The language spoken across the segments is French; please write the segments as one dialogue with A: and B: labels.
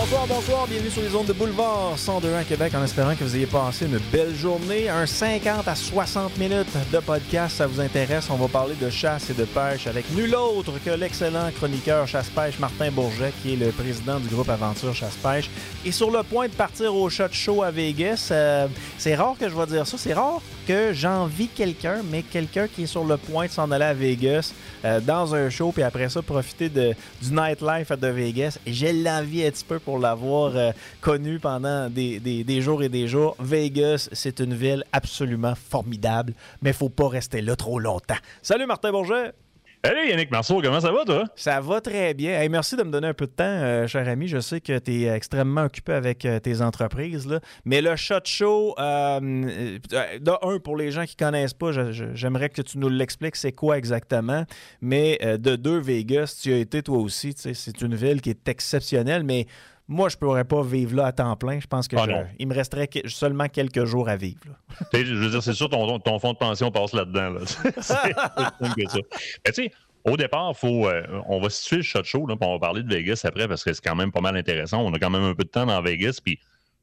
A: Bonsoir, bienvenue sur les ondes de Boulevard 102.1 Québec, en espérant que vous ayez passé une belle journée. Un 50 à 60 minutes de podcast, ça vous intéresse. On va parler de chasse et de pêche avec nul autre que l'excellent chroniqueur chasse-pêche Martin Bourget, qui est le président du groupe Aventure Chasse-Pêche, et sur le point de partir au SHOT Show à Vegas. C'est rare que je vais dire ça, c'est rare que j'envie quelqu'un, mais quelqu'un qui est sur le point de s'en aller à Vegas dans un show, puis après ça, profiter du nightlife de Vegas. J'ai l'envie un petit peu pour l'avoir connu pendant des jours et des jours. Vegas, c'est une ville absolument formidable, mais il ne faut pas rester là trop longtemps. Salut Martin Bourget!
B: Salut Yannick Marceau, comment ça va toi?
A: Ça va très bien. Hey, merci de me donner un peu de temps, cher ami. Je sais que tu es extrêmement occupé avec tes entreprises, là. Mais le SHOT Show, pour les gens qui ne connaissent pas, j'aimerais que tu nous l'expliques, c'est quoi exactement. Mais de deux, Vegas, tu y as été toi aussi. C'est une ville qui est exceptionnelle, mais moi, je ne pourrais pas vivre là à temps plein. Je pense que il me resterait seulement quelques jours à vivre.
B: Je veux dire, c'est sûr, ton fonds de pension passe là-dedans. Là. C'est plus simple que ça. Mais tu sais, au départ, on va situer le SHOT Show, là, puis on va parler de Vegas après, parce que c'est quand même pas mal intéressant. On a quand même un peu de temps dans Vegas, puis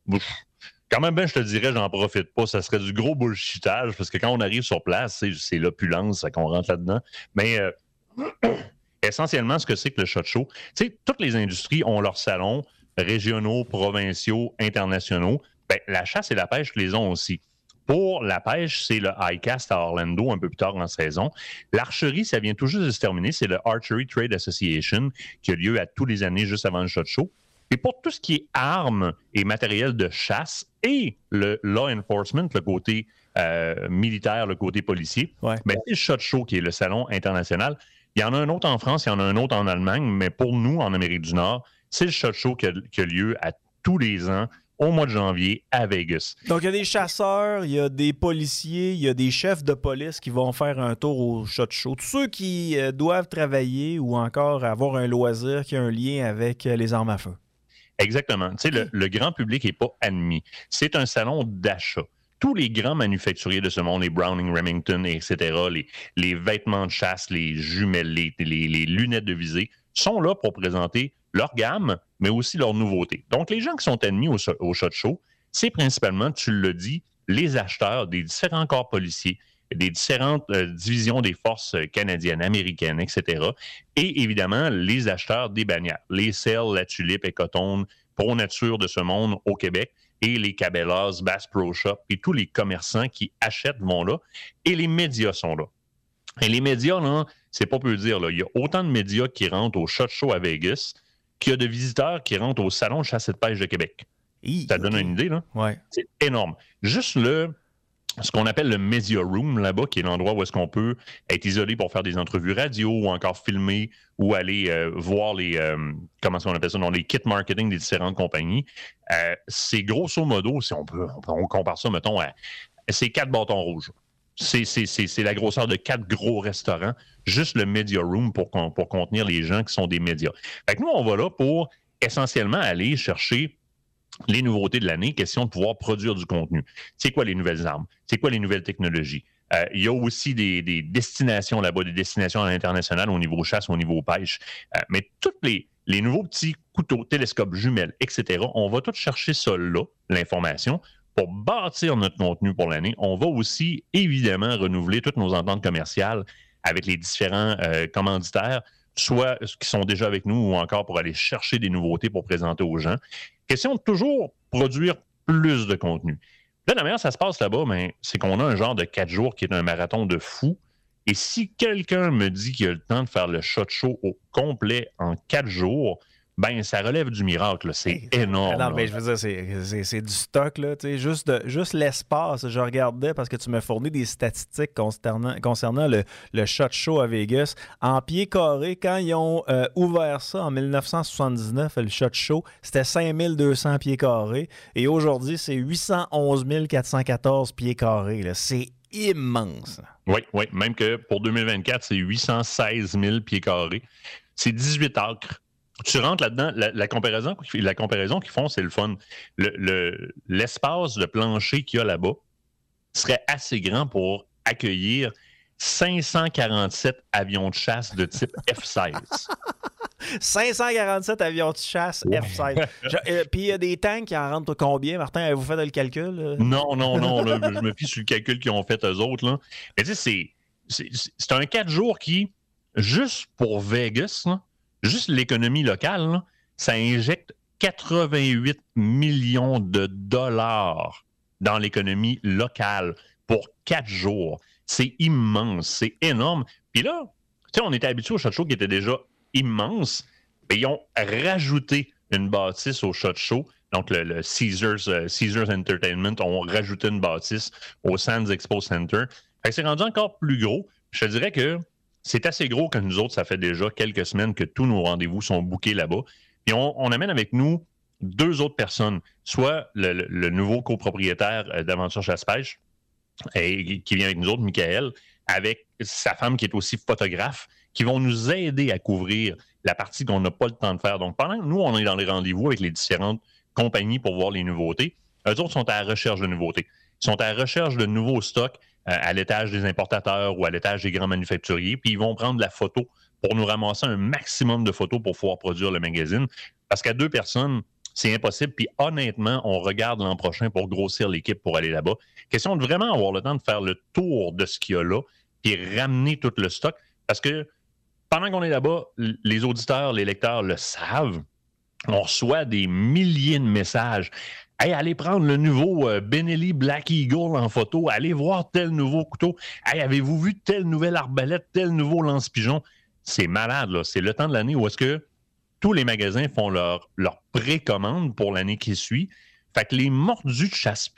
B: quand même, je te dirais, j'en profite pas. Ça serait du gros bullshitage, parce que quand on arrive sur place, c'est l'opulence qu'on rentre là-dedans. Mais essentiellement, ce que c'est que le SHOT Show, tu sais, toutes les industries ont leur salon, régionaux, provinciaux, internationaux. Ben, la chasse et la pêche les ont aussi. Pour la pêche, c'est le ICAST à Orlando, un peu plus tard en saison. L'archerie, ça vient tout juste de se terminer. C'est le Archery Trade Association qui a lieu à tous les années juste avant le SHOT Show. Et pour tout ce qui est armes et matériel de chasse et le law enforcement, le côté militaire, le côté policier, ben, c'est le SHOT Show qui est le salon international. Il y en a un autre en France, il y en a un autre en Allemagne, mais pour nous, en Amérique du Nord, c'est le SHOT Show qui a lieu à tous les ans au mois de janvier à Vegas.
A: Donc, il y a des chasseurs, il y a des policiers, il y a des chefs de police qui vont faire un tour au SHOT Show. Tous ceux qui doivent travailler ou encore avoir un loisir qui a un lien avec les armes à feu.
B: Exactement. Tu sais, le grand public n'est pas admis. C'est un salon d'achat. Tous les grands manufacturiers de ce monde, les Browning, Remington, etc., les vêtements de chasse, les jumelles, les lunettes de visée, sont là pour présenter leur gamme, mais aussi leurs nouveautés. Donc, les gens qui sont admis au SHOT Show, c'est principalement, tu l'as dit, les acheteurs des différents corps policiers, des différentes divisions des forces canadiennes, américaines, etc. Et évidemment, les acheteurs des bannières, les Cell, la Tulipe, Ecotone, Pro Nature de ce monde au Québec, et les Cabela's, Bass Pro Shop, et tous les commerçants qui achètent vont là, et les médias sont là. Et les médias, là, c'est pas peu dire, là, il y a autant de médias qui rentrent au SHOT Show à Vegas qu'il y a de visiteurs qui rentrent au Salon de chasse et de pêche de Québec. Ça donne une idée, là?
A: Ouais.
B: C'est énorme. Juste ce qu'on appelle le Media Room, là-bas, qui est l'endroit où est-ce qu'on peut être isolé pour faire des entrevues radio ou encore filmer ou aller voir comment est-ce qu'on appelle ça, les kits marketing des différentes compagnies. C'est grosso modo, si on compare ça, mettons, c'est 4 bâtons rouges. C'est la grosseur de 4 gros restaurants, juste le Media Room pour contenir les gens qui sont des médias. Fait que nous, on va là pour essentiellement aller chercher les nouveautés de l'année, question de pouvoir produire du contenu. C'est quoi les nouvelles armes? C'est quoi les nouvelles technologies? Il y a aussi des destinations là-bas, des destinations à l'international au niveau chasse, au niveau pêche. Mais tous les nouveaux petits couteaux, télescopes, jumelles, etc., on va tout chercher ça là, l'information, pour bâtir notre contenu pour l'année. On va aussi, évidemment, renouveler toutes nos ententes commerciales avec les différents commanditaires, soit qui sont déjà avec nous ou encore pour aller chercher des nouveautés pour présenter aux gens. Question de toujours produire plus de contenu. Là, la manière ça se passe là-bas, c'est qu'on a un genre de 4 jours qui est un marathon de fou. Et si quelqu'un me dit qu'il a le temps de faire le SHOT Show au complet en 4 jours, ben ça relève du miracle. Là. C'est énorme.
A: Non, mais je veux dire, c'est du stock. Là, juste l'espace. Je regardais parce que tu m'as fourni des statistiques concernant le SHOT Show à Vegas. En pieds carrés, quand ils ont ouvert ça en 1979, le SHOT Show, c'était 5200 pieds carrés. Et aujourd'hui, c'est 811 414 pieds carrés. Là. C'est immense.
B: Oui. Même que pour 2024, c'est 816 000 pieds carrés. C'est 18 acres. Tu rentres là-dedans, la comparaison qu'ils font, c'est le fun. L'espace de plancher qu'il y a là-bas serait assez grand pour accueillir 547 avions de chasse de type F-16.
A: 547 avions de chasse F-16. Puis il y a des tanks qui en rentrent combien, Martin? Avez-vous fait le calcul?
B: Non, là, je me fie sur le calcul qu'ils ont fait eux autres. Là. Mais tu sais, c'est un 4 jours qui, juste pour Vegas, là, juste l'économie locale, là, ça injecte 88 millions de dollars dans l'économie locale pour 4 jours. C'est immense, c'est énorme. Puis là, tu sais, on était habitué au SHOT Show qui était déjà immense, mais ils ont rajouté une bâtisse au SHOT Show. Donc, le Caesars Entertainment ont rajouté une bâtisse au Sands Expo Center. Fait que c'est rendu encore plus gros. Je te dirais que c'est assez gros que nous autres, ça fait déjà quelques semaines que tous nos rendez-vous sont bookés là-bas. Puis on amène avec nous 2 autres personnes, soit le nouveau copropriétaire d'Aventure Chasse-Pêche, qui vient avec nous autres, Michael, avec sa femme qui est aussi photographe, qui vont nous aider à couvrir la partie qu'on n'a pas le temps de faire. Donc, pendant que nous, on est dans les rendez-vous avec les différentes compagnies pour voir les nouveautés, eux autres sont à la recherche de nouveautés. Ils sont à la recherche de nouveaux stocks à l'étage des importateurs ou à l'étage des grands manufacturiers, puis ils vont prendre la photo pour nous ramasser un maximum de photos pour pouvoir produire le magazine. Parce qu'à 2 personnes, c'est impossible. Puis honnêtement, on regarde l'an prochain pour grossir l'équipe pour aller là-bas. Question de vraiment avoir le temps de faire le tour de ce qu'il y a là, puis ramener tout le stock. Parce que pendant qu'on est là-bas, les auditeurs, les lecteurs le savent. On reçoit des milliers de messages. Hey, allez prendre le nouveau Benelli Black Eagle en photo. Allez voir tel nouveau couteau. Hey, avez-vous vu telle nouvelle arbalète, tel nouveau lance-pigeon? C'est malade, là. C'est le temps de l'année où est-ce que tous les magasins font leur précommande pour l'année qui suit. Fait que les mordus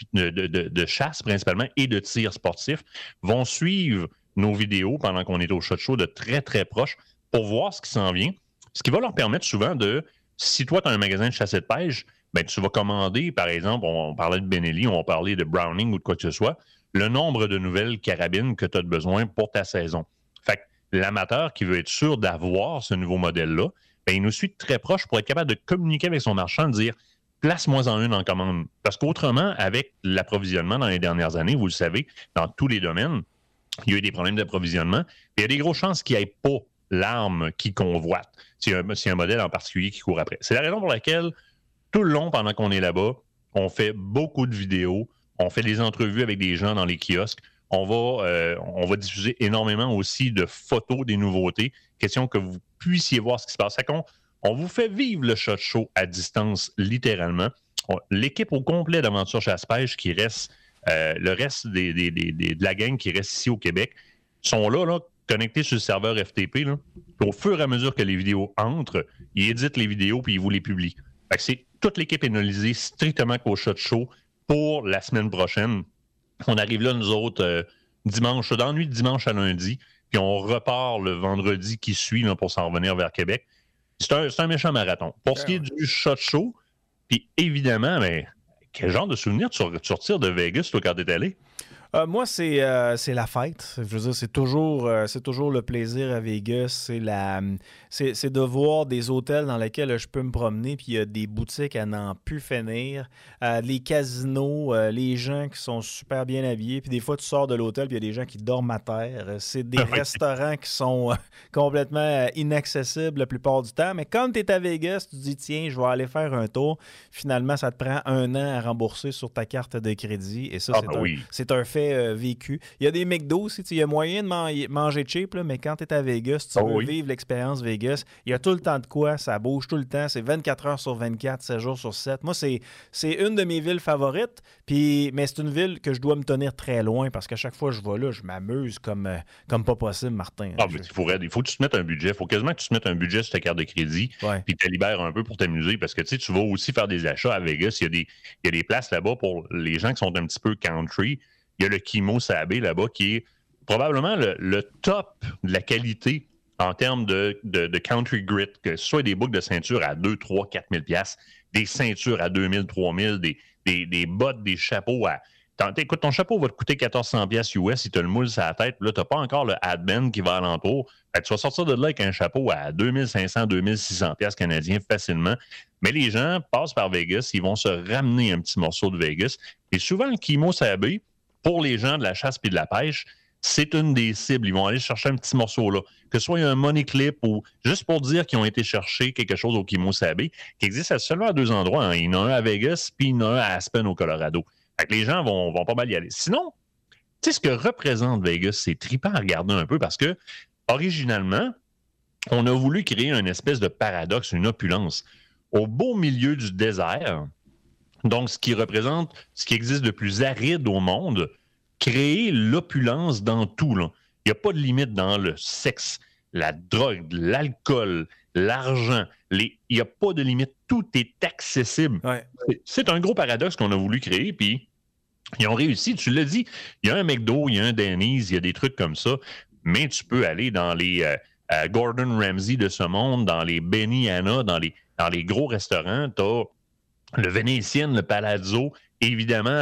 B: de chasse principalement et de tir sportif vont suivre nos vidéos pendant qu'on est au SHOT Show de très, très proche pour voir ce qui s'en vient. Ce qui va leur permettre souvent de, si toi, tu as un magasin de chasse et de pêche, ben, tu vas commander, par exemple, on parlait de Benelli, on parlait de Browning ou de quoi que ce soit, le nombre de nouvelles carabines que tu as besoin pour ta saison. Fait que l'amateur qui veut être sûr d'avoir ce nouveau modèle-là, ben, il nous suit très proche pour être capable de communiquer avec son marchand, de dire place-moi en une en commande. Parce qu'autrement, avec l'approvisionnement dans les dernières années, vous le savez, dans tous les domaines, il y a eu des problèmes d'approvisionnement. Il y a des grosses chances qu'il n'y ait pas l'arme qui convoite. C'est un modèle en particulier qui court après. C'est la raison pour laquelle, tout le long, pendant qu'on est là-bas, on fait beaucoup de vidéos, on fait des entrevues avec des gens dans les kiosques, on va diffuser énormément aussi de photos des nouveautés, question que vous puissiez voir ce qui se passe. On vous fait vivre le SHOT Show à distance, littéralement. L'équipe au complet d'Aventure Chasse-Pêche qui reste, le reste de la gang qui reste ici au Québec, sont là connectés sur le serveur FTP. Là. Au fur et à mesure que les vidéos entrent, ils éditent les vidéos puis ils vous les publient. Fait que c'est toute l'équipe analysée strictement qu'au SHOT Show pour la semaine prochaine. On arrive là, nous autres, dimanche, dans la nuit de dimanche à lundi, puis on repart le vendredi qui suit là, pour s'en revenir vers Québec. C'est un méchant marathon. Pour ce qui est du SHOT Show, puis évidemment, mais quel genre de souvenir tu retires de Vegas, toi, quand t'es allé?
A: Moi, c'est la fête. Je veux dire, c'est toujours le plaisir à Vegas. C'est de voir des hôtels dans lesquels je peux me promener, puis il y a des boutiques à n'en plus finir. Les casinos, les gens qui sont super bien habillés, puis des fois, tu sors de l'hôtel, puis il y a des gens qui dorment à terre. C'est des restaurants qui sont complètement inaccessibles la plupart du temps. Mais quand tu es à Vegas, tu te dis, tiens, je vais aller faire un tour. Finalement, ça te prend 1 an à rembourser sur ta carte de crédit. Et ça, c'est un fait vécu. Il y a des McDo aussi. Il y a moyen de manger cheap, là, mais quand tu es à Vegas, tu veux vivre l'expérience Vegas. Il y a tout le temps de quoi. Ça bouge tout le temps. C'est 24 heures sur 24, 7 jours sur 7. Moi, c'est une de mes villes favorites. Mais c'est une ville que je dois me tenir très loin parce qu'à chaque fois que je vais là, je m'amuse comme pas possible, Martin.
B: Il faut que tu te mettes un budget. Il faut quasiment que tu te mettes un budget sur ta carte de crédit puis que tu te libères un peu pour t'amuser parce que tu vas aussi faire des achats à Vegas. Il y a des places là-bas pour les gens qui sont un petit peu country. Il y a le Kimo Sabé là-bas qui est probablement le top de la qualité en termes de country grit, que ce soit des boucles de ceinture à 2, 3, 4 000 $, des ceintures à 2 000, 3 000, des bottes, des chapeaux à... Écoute, ton chapeau va te coûter 1400 $ US si tu as le moule sur la tête. Là, tu n'as pas encore le headband qui va alentour. Fait que tu vas sortir de là avec un chapeau à 2500, 2600 $ canadiens facilement. Mais les gens passent par Vegas, ils vont se ramener un petit morceau de Vegas. Et souvent, le Kimo Sabé, pour les gens de la chasse et de la pêche, c'est une des cibles. Ils vont aller chercher un petit morceau là. Que ce soit un money clip ou juste pour dire qu'ils ont été chercher quelque chose au Kimosabe, qui existe seulement à 2 endroits. Hein. Il y en a un à Vegas, puis il y en a un à Aspen, au Colorado. Fait que les gens vont pas mal y aller. Sinon, tu sais, ce que représente Vegas, c'est trippant à regarder un peu parce que, originalement, on a voulu créer une espèce de paradoxe, une opulence. Au beau milieu du désert, donc ce qui représente ce qui existe de plus aride au monde, créer l'opulence dans tout. Là. Il n'y a pas de limite dans le sexe, la drogue, l'alcool, l'argent. Il n'y a pas de limite. Tout est accessible.
A: Ouais.
B: C'est un gros paradoxe qu'on a voulu créer, puis ils ont réussi. Tu l'as dit, il y a un McDo, il y a un Denny's, il y a des trucs comme ça, mais tu peux aller dans les Gordon Ramsay de ce monde, dans les Benihana, dans les gros restaurants. Tu as le Vénitien, le Palazzo, évidemment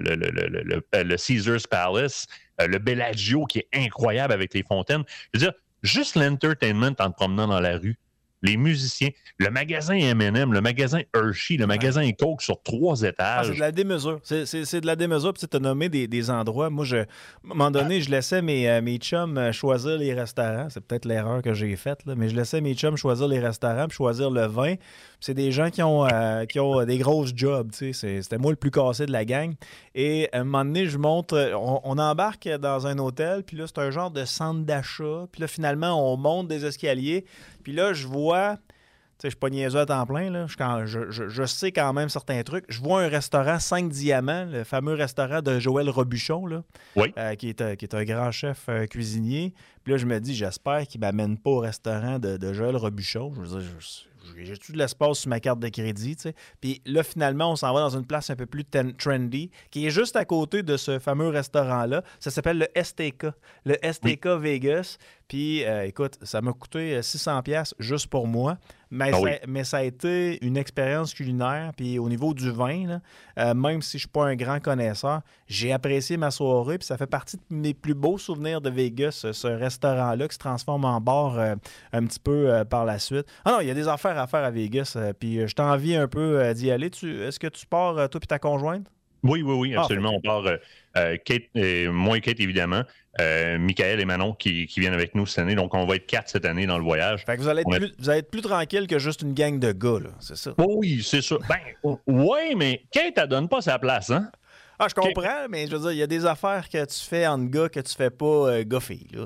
B: le Caesars Palace, le Bellagio qui est incroyable avec les fontaines. Je veux dire, juste l'entertainment en te promenant dans la rue, les musiciens, le magasin M&M, le magasin Hershey, le magasin Coke sur 3 étages.
A: C'est de la démesure. C'est de la démesure. Puis tu as nommé des endroits. Moi, à un moment donné, je laissais mes chums choisir les restaurants. C'est peut-être l'erreur que j'ai faite, là, mais je laissais mes chums choisir les restaurants puis choisir le vin. Puis c'est des gens qui ont des grosses jobs. C'était moi le plus cassé de la gang. Et à un moment donné, je monte, on embarque dans un hôtel, puis là, c'est un genre de centre d'achat. Puis là, finalement, on monte des escaliers. Puis là, je vois, tu sais, je suis pas niaiseux à temps plein, là. Je sais quand même certains trucs. Je vois un restaurant 5 diamants, le fameux restaurant de Joël Robuchon, là,
B: oui.
A: qui est un grand chef cuisinier. Puis là, je me dis, j'espère qu'il ne m'amène pas au restaurant de Joël Robuchon. Je veux dire, j'ai-tu de l'espace sur ma carte de crédit, tu sais? Puis là, finalement, on s'en va dans une place un peu plus trendy, qui est juste à côté de ce fameux restaurant-là. Ça s'appelle le STK. Le STK Vegas. Puis, écoute, ça m'a coûté 600$ juste pour moi. Mais ça a été une expérience culinaire. Puis au niveau du vin, là, même si je ne suis pas un grand connaisseur, j'ai apprécié ma soirée. Puis ça fait partie de mes plus beaux souvenirs de Vegas, ce restaurant-là qui se transforme en bar un petit peu par la suite. Ah non, il y a des affaires à faire à Vegas. Puis je t'envie un peu d'y aller. Est-ce que tu pars, toi et ta conjointe?
B: Oui, absolument. On part, Kate, moi et Kate, évidemment, Michael et Manon qui viennent avec nous cette année. Donc, on va être 4 cette année dans le voyage.
A: Fait que vous allez être plus tranquille que juste une gang de gars, là, c'est ça?
B: Oui, c'est ça. Ben, oui, mais Kate, elle donne pas sa place, hein?
A: Ah, je comprends, mais je veux dire, il y a des affaires que tu fais entre gars que tu fais pas gars-filles, là.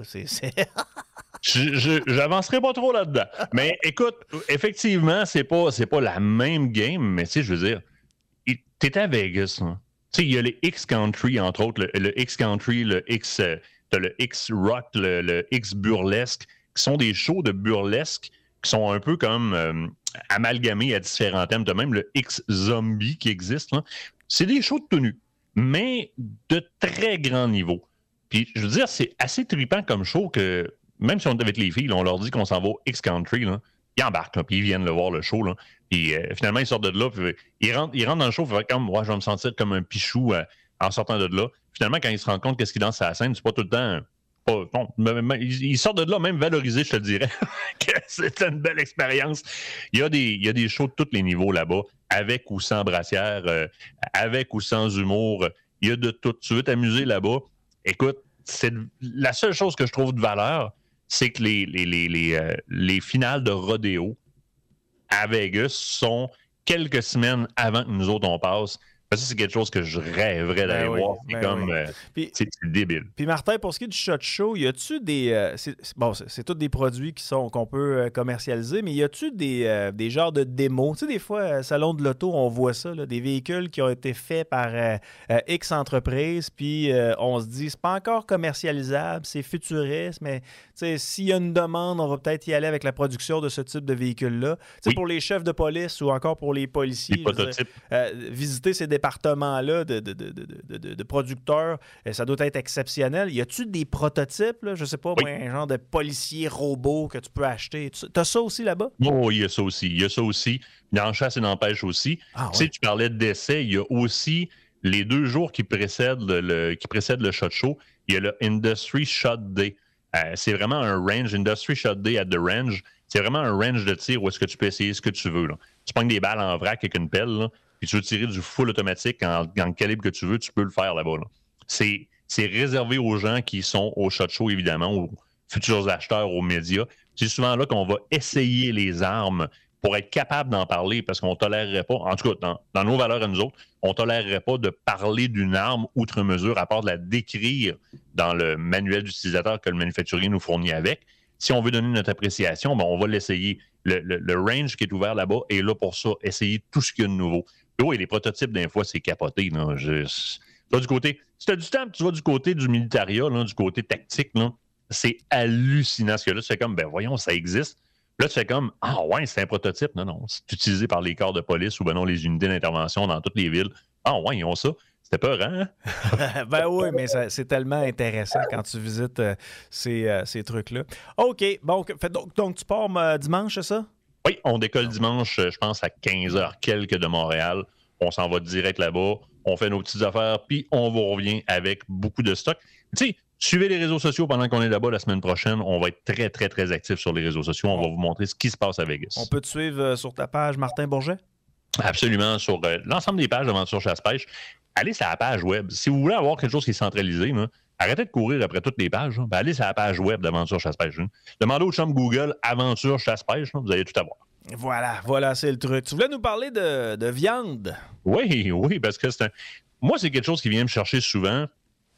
B: J'avancerai pas trop là-dedans. Mais écoute, effectivement, c'est pas la même game, mais tu sais, je veux dire, t'es à Vegas, là. Tu sais, il y a les X-Country, entre autres, le X-Country, t'as le X-Rock, le X-Burlesque, qui sont des shows de burlesque qui sont un peu comme amalgamés à différents thèmes. T'as même le X-Zombie qui existe, là. C'est des shows de tenue, mais de très grand niveau. Puis, je veux dire, c'est assez trippant comme show que, même si on est avec les filles, là, on leur dit qu'on s'en va au X-Country, là, ils embarquent, là, puis ils viennent le voir, le show, là. Puis finalement, ils sortent de là, puis ils rentrent dans le show, puis comme, ouais, je vais me sentir comme un pichou en sortant de là. Finalement, quand ils se rendent compte qu'est-ce qu'ils dansent à la scène, c'est pas tout le temps... ils sortent de là même valorisés, je te dirais, que c'était une belle expérience. Il y a des shows de tous les niveaux là-bas, avec ou sans brassière, avec ou sans humour. Il y a de tout. Tu veux t'amuser là-bas, écoute, c'est la seule chose que je trouve de valeur, c'est que les finales de rodéo à Vegas sont quelques semaines avant que nous autres on passe. Ça, c'est quelque chose que je rêverais d'aller voir. C'est débile.
A: Puis Martin, pour ce qui est du SHOT Show, y a-tu des... c'est tous des produits qu'on peut commercialiser, mais y a-tu des genres de démos? Tu sais, des fois, Salon de l'auto, on voit ça, là, des véhicules qui ont été faits par X entreprises, puis on se dit, c'est pas encore commercialisable, c'est futuriste, mais s'il y a une demande, on va peut-être y aller avec la production de ce type de véhicule-là. Oui. Pour les chefs de police ou encore pour les policiers, visiter ces départements-là de producteurs, ça doit être exceptionnel. Y a-tu des prototypes, là? Je sais pas, moi, un genre de policier robot que tu peux acheter? T'as ça aussi là-bas?
B: Oh, il y a ça aussi. Il y a ça aussi. Dans Chasse et dans Pêche aussi. Tu sais, tu parlais d'essai, il y a aussi les 2 jours qui précèdent le SHOT Show, il y a le Industry SHOT Day. C'est vraiment un range, Industry SHOT Day at the range. C'est vraiment un range de tir où est-ce que tu peux essayer ce que tu veux, là. Tu pognes des balles en vrac avec une pelle, là, puis tu veux tirer du full automatique en calibre que tu veux, tu peux le faire là-bas, là. C'est c'est réservé aux gens qui sont au SHOT Show, évidemment, aux futurs acheteurs, aux médias. C'est souvent là qu'on va essayer les armes pour être capable d'en parler, parce qu'on ne tolérerait pas, en tout cas, dans nos valeurs à nous autres, on ne tolérerait pas de parler d'une arme outre mesure, à part de la décrire dans le manuel d'utilisateur que le manufacturier nous fournit avec. Si on veut donner notre appréciation, ben on va l'essayer. Le range qui est ouvert là-bas est là pour ça, essayer tout ce qu'il y a de nouveau. Puis oui, les prototypes, des fois, c'est capoté. Là. Si tu as du temps, tu vas du côté du militaria, là, du côté tactique, là, c'est hallucinant. Ce que là, tu fais comme, ben voyons, ça existe. Là, tu fais comme, ah ouais, c'est un prototype. Non, non, c'est utilisé par les corps de police ou ben non, les unités d'intervention dans toutes les villes. Ah ouais, ils ont ça. C'était peurant, hein?
A: Ben oui, mais c'est tellement intéressant quand tu visites ces trucs-là. OK, bon, donc tu pars dimanche, c'est ça?
B: Oui, on décolle dimanche, je pense, à 15h quelques de Montréal. On s'en va direct là-bas, on fait nos petites affaires, puis on vous revient avec beaucoup de stock. Tu sais, suivez les réseaux sociaux pendant qu'on est là-bas la semaine prochaine. On va être très, très, très actifs sur les réseaux sociaux. On va vous montrer ce qui se passe à Vegas.
A: On peut te suivre sur ta page Martin Bourget?
B: Absolument, sur l'ensemble des pages d'Aventure Chasse-Pêche. Allez sur la page web. Si vous voulez avoir quelque chose qui est centralisé, là, arrêtez de courir après toutes les pages. Ben allez sur la page web d'Aventure Chasse-Pêche. Demandez au chum Google Aventure Chasse-Pêche. Vous allez tout avoir.
A: Voilà, c'est le truc. Tu voulais nous parler de viande?
B: Oui, parce que moi, c'est quelque chose qui vient me chercher souvent.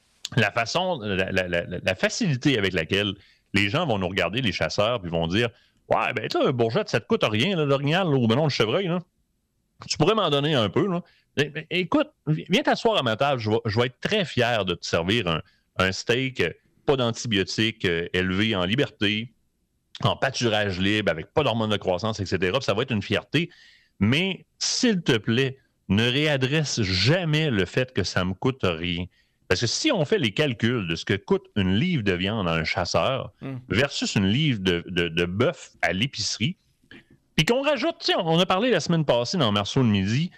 B: La façon, la facilité avec laquelle les gens vont nous regarder, les chasseurs, puis vont dire ouais, ben là, Bourgette, ça te coûte rien, l'orignal, ou ben non, le chevreuil, là. Tu pourrais m'en donner un peu, là. Écoute, viens t'asseoir à ma table, je vais être très fier de te servir un steak, pas d'antibiotiques, élevé en liberté, en pâturage libre, avec pas d'hormones de croissance, etc. Puis ça va être une fierté. Mais, s'il te plaît, ne réadresse jamais le fait que ça me coûte rien. Parce que si on fait les calculs de ce que coûte une livre de viande à un chasseur versus une livre de bœuf à l'épicerie, puis qu'on rajoute, tu sais, on a parlé la semaine passée dans Marceau le midi,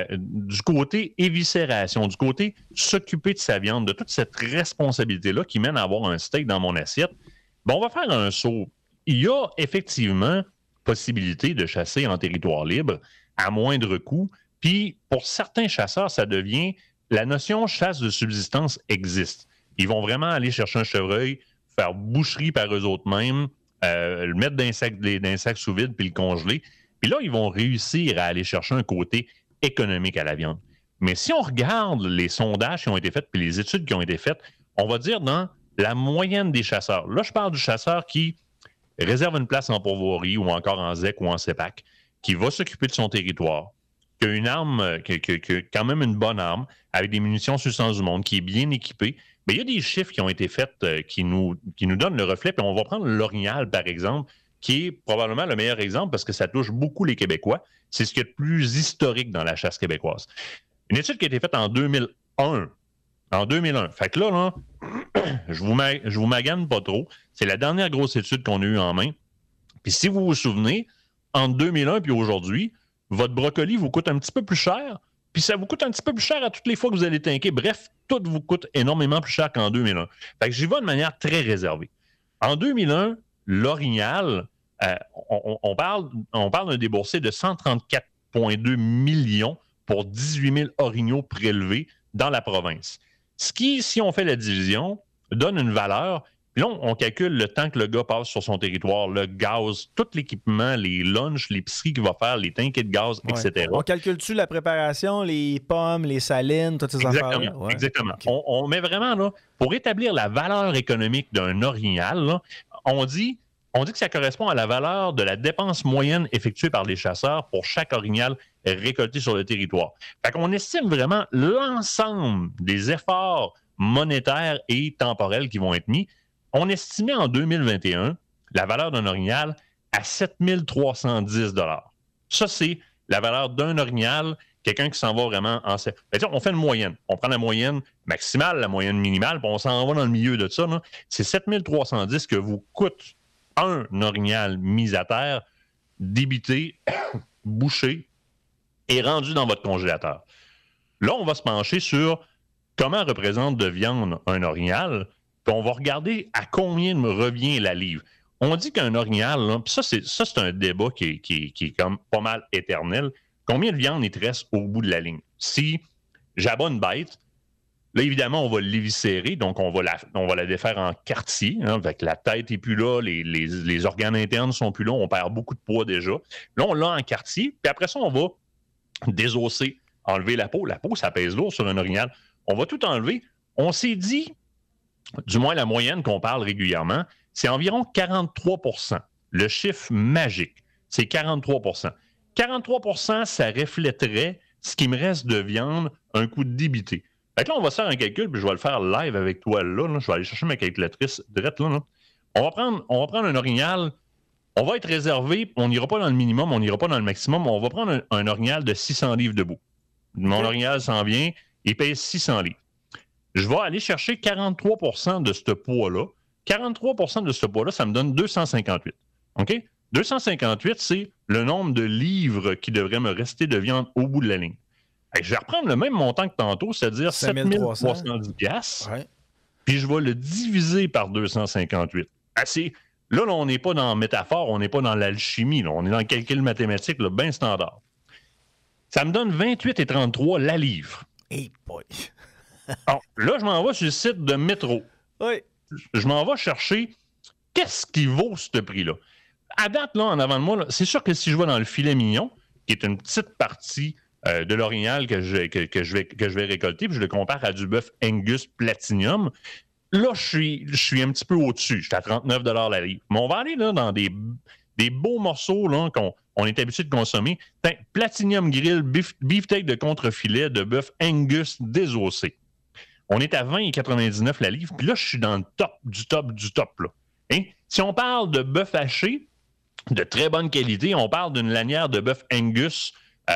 B: du côté éviscération, du côté s'occuper de sa viande, de toute cette responsabilité-là qui mène à avoir un steak dans mon assiette, ben on va faire un saut. Il y a effectivement possibilité de chasser en territoire libre à moindre coût, puis pour certains chasseurs, ça devient... La notion chasse de subsistance existe. Ils vont vraiment aller chercher un chevreuil, faire boucherie par eux autres mêmes, le mettre dans un sac sous vide puis le congeler. Puis là, ils vont réussir à aller chercher un côté économique à la viande. Mais si on regarde les sondages qui ont été faits puis les études qui ont été faites, on va dire dans la moyenne des chasseurs. Là, je parle du chasseur qui réserve une place en pourvoirie ou encore en ZEC ou en CEPAC, qui va s'occuper de son territoire, qui a une arme, qui a quand même une bonne arme, avec des munitions sur le sens du monde, qui est bien équipée. Mais il y a des chiffres qui ont été faits qui nous donnent le reflet. Puis on va prendre l'orignal, par exemple, qui est probablement le meilleur exemple parce que ça touche beaucoup les Québécois. C'est ce qui est le plus historique dans la chasse québécoise. Une étude qui a été faite en 2001. En 2001. Fait que là, je vous magane pas trop. C'est la dernière grosse étude qu'on a eue en main. Puis si vous vous souvenez, entre 2001 puis aujourd'hui, votre brocoli vous coûte un petit peu plus cher, puis ça vous coûte un petit peu plus cher à toutes les fois que vous allez tanker. Bref, tout vous coûte énormément plus cher qu'en 2001. Fait que j'y vais de manière très réservée. En 2001, l'orignal, on parle d'un déboursé de 134,2 millions pour 18 000 orignaux prélevés dans la province. Ce qui, si on fait la division, donne une valeur. Puis là, on calcule le temps que le gars passe sur son territoire, le gaz, tout l'équipement, les lunchs, l'épicerie qu'il va faire, les tanks de gaz, etc.
A: On calcule-tu la préparation, les pommes, les salines, toutes ces affaires-là?
B: Ouais. Exactement. Okay. On met vraiment, là, pour établir la valeur économique d'un orignal, là, on dit que ça correspond à la valeur de la dépense moyenne effectuée par les chasseurs pour chaque orignal récolté sur le territoire. Fait qu'on estime vraiment l'ensemble des efforts monétaires et temporels qui vont être mis. On estimait en 2021 la valeur d'un orignal à 7 310 $. Ça, c'est la valeur d'un orignal, quelqu'un qui s'en va vraiment en... On fait une moyenne. On prend la moyenne maximale, la moyenne minimale, puis on s'en va dans le milieu de ça. Là. C'est 7 310 que vous coûte un orignal mis à terre, débité, bouché et rendu dans votre congélateur. Là, on va se pencher sur comment représente de viande un orignal. Puis on va regarder à combien me revient la livre. On dit qu'un orignal, là, puis ça, c'est un débat qui est comme pas mal éternel. Combien de viande il te reste au bout de la ligne? Si j'abats une bête, Là, évidemment, on va l'éviscérer, donc on va la défaire en quartier. Avec la tête n'est plus là, les organes internes ne sont plus là, on perd beaucoup de poids déjà. Là, on l'a en quartier, puis après ça, on va désosser, enlever la peau. La peau, ça pèse lourd sur un orignal. On va tout enlever. On s'est dit, du moins la moyenne qu'on parle régulièrement, c'est environ 43 %. Le chiffre magique, c'est 43 %. 43 % ça reflèterait ce qui me reste de viande, un coup de débité. Fait que là, on va se faire un calcul, puis je vais le faire live avec toi là. Je vais aller chercher ma calculatrice direct là. On va prendre un orignal. On va être réservé, on n'ira pas dans le minimum, on n'ira pas dans le maximum. On va prendre un orignal de 600 livres debout. Mon orignal s'en vient, il pèse 600 livres. Je vais aller chercher 43 % de ce poids-là. 43 % de ce poids-là, ça me donne 258. OK? 258, c'est le nombre de livres qui devrait me rester de viande au bout de la ligne. Je vais reprendre le même montant que tantôt, c'est-à-dire 7310 $. Ouais. Puis je vais le diviser par 258. Là, on n'est pas dans la métaphore, on n'est pas dans l'alchimie, là, on est dans le calcul mathématique, là, bien standard. Ça me donne 28,33 la livre.
A: Hey boy!
B: Alors, là, je m'en vais sur le site de Métro.
A: Oui.
B: Je m'en vais chercher qu'est-ce qui vaut ce prix-là. À date, là, en avant de moi, là, c'est sûr que si je vais dans le filet mignon, qui est une petite partie de l'orignal que je vais récolter, puis je le compare à du bœuf Angus Platinum, là, je suis un petit peu au-dessus. Je suis à 39 $ la livre. Mais on va aller là, dans des beaux morceaux là, qu'on est habitué de consommer. Platinum Grill, beefsteak de contre-filet de bœuf Angus désossé. On est à 20,99 la livre. Puis là, je suis dans le top du top du top. Là. Hein? Si on parle de bœuf haché de très bonne qualité, on parle d'une lanière de bœuf Angus,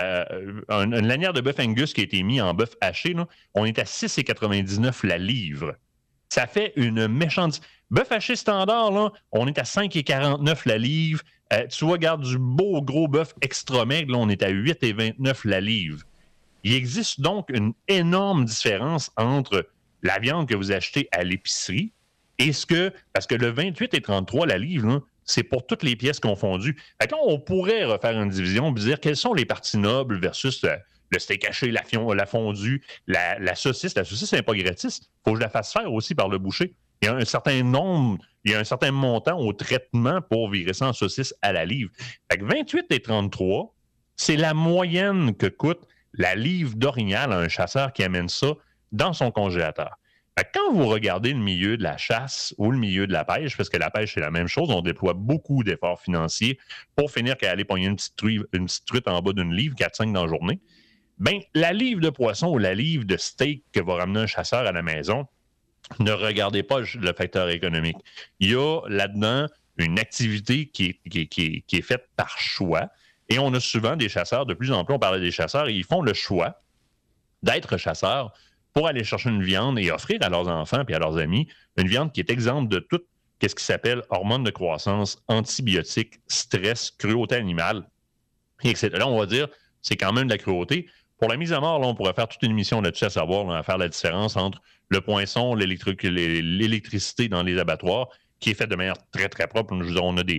B: une lanière de bœuf Angus qui a été mise en bœuf haché. Là, on est à 6,99 la livre. Ça fait une méchante... Bœuf haché standard, là, on est à 5,49 la livre. Tu vois, regarde, du beau gros bœuf extra maigre, là, on est à 8,29 la livre. Il existe donc une énorme différence entre la viande que vous achetez à l'épicerie et parce que le 28,33 la livre, là, c'est pour toutes les pièces confondues. Fait que là, on pourrait refaire une division et dire quelles sont les parties nobles versus le steak haché, la fondue, la saucisse. La saucisse, c'est pas gratis. Il faut que je la fasse faire aussi par le boucher. Il y a un certain nombre, il y a un certain montant au traitement pour virer ça en saucisse à la livre. Fait que 28,33, c'est la moyenne que coûte la livre d'orignal à un chasseur qui amène ça dans son congélateur. Fait que quand vous regardez le milieu de la chasse ou le milieu de la pêche, parce que la pêche, c'est la même chose, on déploie beaucoup d'efforts financiers pour finir qu'à aller pogner une petite truite en bas d'une livre, 4-5 dans la journée, bien, la livre de poisson ou la livre de steak que va ramener un chasseur à la maison, ne regardez pas le facteur économique. Il y a là-dedans une activité qui est faite par choix. Et on a souvent des chasseurs, de plus en plus, on parlait des chasseurs, et ils font le choix d'être chasseurs pour aller chercher une viande et offrir à leurs enfants et à leurs amis une viande qui est exempte de tout ce qui s'appelle hormones de croissance, antibiotiques, stress, cruauté animale, etc. Là, on va dire, c'est quand même de la cruauté. Pour la mise à mort, là, on pourrait faire toute une émission là-dessus à savoir, là, à faire la différence entre le poinçon, l'électricité dans les abattoirs, qui est faite de manière très, très propre. Je veux dire, on a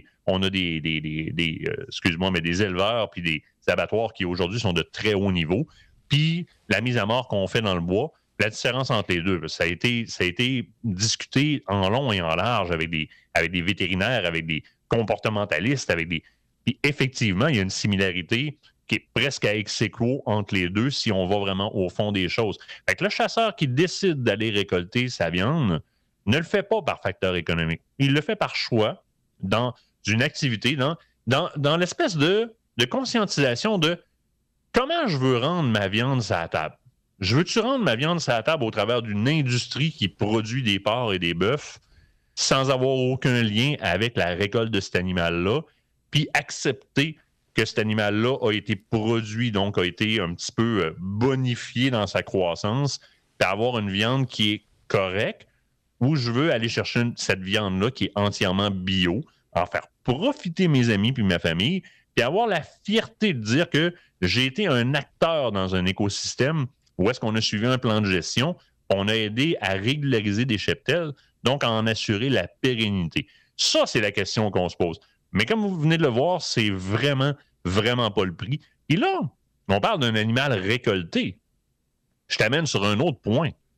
B: des éleveurs puis des abattoirs qui aujourd'hui sont de très haut niveau. Puis la mise à mort qu'on fait dans le bois, la différence entre les deux, ça a été discuté en long et en large avec des vétérinaires, avec des comportementalistes, Puis effectivement, il y a une similarité qui est presque à ex aequo entre les deux si on va vraiment au fond des choses. Fait que le chasseur qui décide d'aller récolter sa viande ne le fait pas par facteur économique. Il le fait par choix dans une activité, dans l'espèce de conscientisation de comment je veux rendre ma viande sur la table. Je veux-tu rendre ma viande sur la table au travers d'une industrie qui produit des porcs et des bœufs sans avoir aucun lien avec la récolte de cet animal-là, puis accepter que cet animal-là a été produit, donc a été un petit peu bonifié dans sa croissance, puis avoir une viande qui est correcte, ou je veux aller chercher cette viande-là qui est entièrement bio, en faire profiter mes amis puis ma famille, puis avoir la fierté de dire que j'ai été un acteur dans un écosystème où est-ce qu'on a suivi un plan de gestion, on a aidé à régulariser des cheptels, donc à en assurer la pérennité. Ça, c'est la question qu'on se pose. Mais comme vous venez de le voir, c'est vraiment, vraiment pas le prix. Et là, on parle d'un animal récolté. Je t'amène sur un autre point.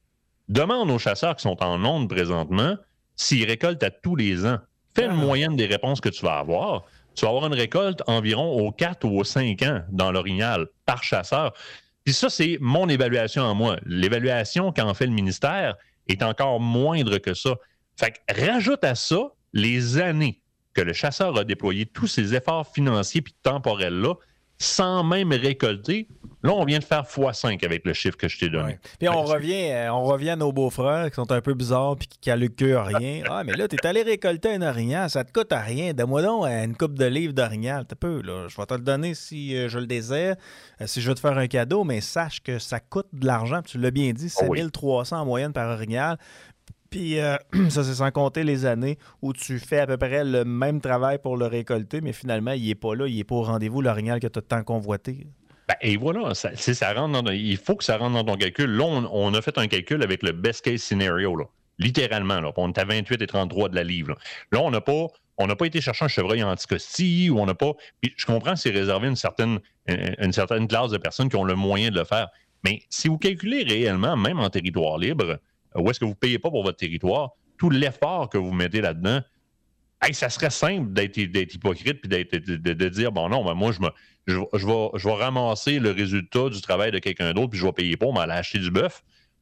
B: Demande aux chasseurs qui sont en onde présentement s'ils récoltent à tous les ans. Fais une moyenne des réponses que tu vas avoir. Tu vas avoir une récolte environ aux 4 ou aux 5 ans dans l'Orignal par chasseur. Puis ça, c'est mon évaluation en moi. L'évaluation qu'en fait le ministère est encore moindre que ça. Fait que rajoute à ça les années que le chasseur a déployé tous ses efforts financiers puis temporels-là sans même récolter. Là, on vient de faire x5 avec le chiffre que je t'ai donné.
A: Ouais. Puis on revient à nos beaux-frères qui sont un peu bizarres puis qui calculent rien. Ah, mais là, t'es allé récolter un orignal, ça te coûte à rien. Donne-moi donc une coupe de livres d'orignal. T'as peu, là. Je vais te le donner si je le désire, si je veux te faire un cadeau, mais sache que ça coûte de l'argent. Tu l'as bien dit, 7300 en moyenne par orignal. Puis ça, c'est sans compter les années où tu fais à peu près le même travail pour le récolter, mais finalement, il n'est pas là, il n'est pas au rendez-vous, l'orignal que tu as tant convoité.
B: Ben, et voilà, ça rentre il faut que ça rentre dans ton calcul. Là, on a fait un calcul avec le best case scenario, là, littéralement. Là, on est à 28 et 33 de la livre. Là, on n'a pas été chercher un chevreuil anticosti ou on n'a pas. Puis je comprends que c'est réservé une certaine classe de personnes qui ont le moyen de le faire. Mais si vous calculez réellement, même en territoire libre, où est-ce que vous ne payez pas pour votre territoire, tout l'effort que vous mettez là-dedans, ça serait simple d'être hypocrite puis de dire, bon non, ben moi, je vais ramasser le résultat du travail de quelqu'un d'autre puis je vais payer pour m'aller acheter du bœuf.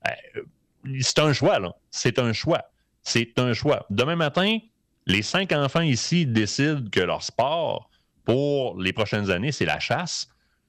B: C'est un choix, là. C'est un choix. Demain matin, les 5 enfants ici décident que leur sport pour les prochaines années, c'est la chasse.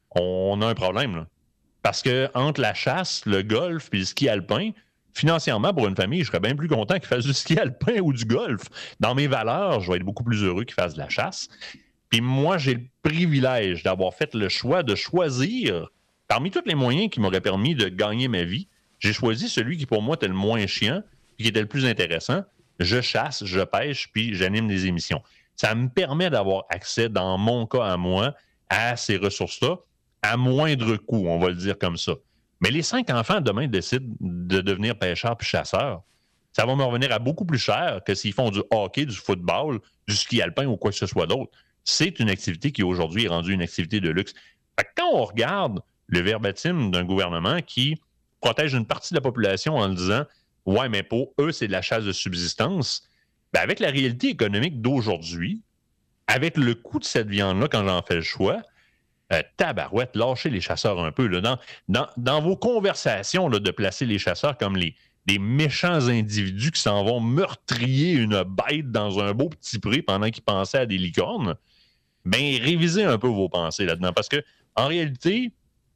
B: On a un problème, là. Parce que entre la chasse, le golf puis le ski alpin, financièrement, pour une famille, je serais bien plus content qu'ils fassent du ski alpin ou du golf. Dans mes valeurs, je vais être beaucoup plus heureux qu'ils fassent de la chasse. Puis moi, j'ai le privilège d'avoir fait le choix de choisir, parmi tous les moyens qui m'auraient permis de gagner ma vie, j'ai choisi celui qui, pour moi, était le moins chiant et qui était le plus intéressant. Je chasse, je pêche, puis j'anime des émissions. Ça me permet d'avoir accès, dans mon cas à moi, à ces ressources-là, à moindre coût, on va le dire comme ça. Mais les 5 enfants, demain, décident de devenir pêcheurs puis chasseurs. Ça va me revenir à beaucoup plus cher que s'ils font du hockey, du football, du ski alpin ou quoi que ce soit d'autre. C'est une activité qui, aujourd'hui, est rendue une activité de luxe. Fait que quand on regarde le verbatim d'un gouvernement qui protège une partie de la population en disant « Ouais, mais pour eux, c'est de la chasse de subsistance », bien, avec la réalité économique d'aujourd'hui, avec le coût de cette viande-là, quand j'en fais le choix, tabarouette, lâchez les chasseurs un peu. Là. Dans vos conversations là, de placer les chasseurs comme des méchants individus qui s'en vont meurtrier une bête dans un beau petit pré pendant qu'ils pensaient à des licornes, bien, révisez un peu vos pensées là-dedans. Parce que, en réalité,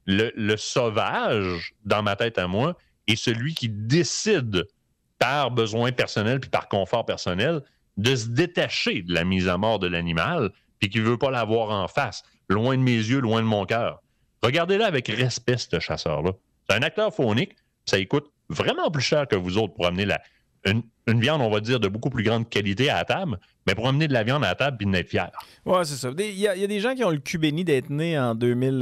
B: le sauvage, dans ma tête à moi, est celui qui décide par besoin personnel puis par confort personnel de se détacher de la mise à mort de l'animal puis qui ne veut pas l'avoir en face. Loin de mes yeux, loin de mon cœur. Regardez-le avec respect, ce chasseur-là. C'est un acteur phonique, ça coûte vraiment plus cher que vous autres pour amener une viande, on va dire, de beaucoup plus grande qualité à la table, mais pour amener de la viande à la table et d'être fier.
A: Oui, c'est ça. Il y a des gens qui ont le cul béni d'être nés en 2000,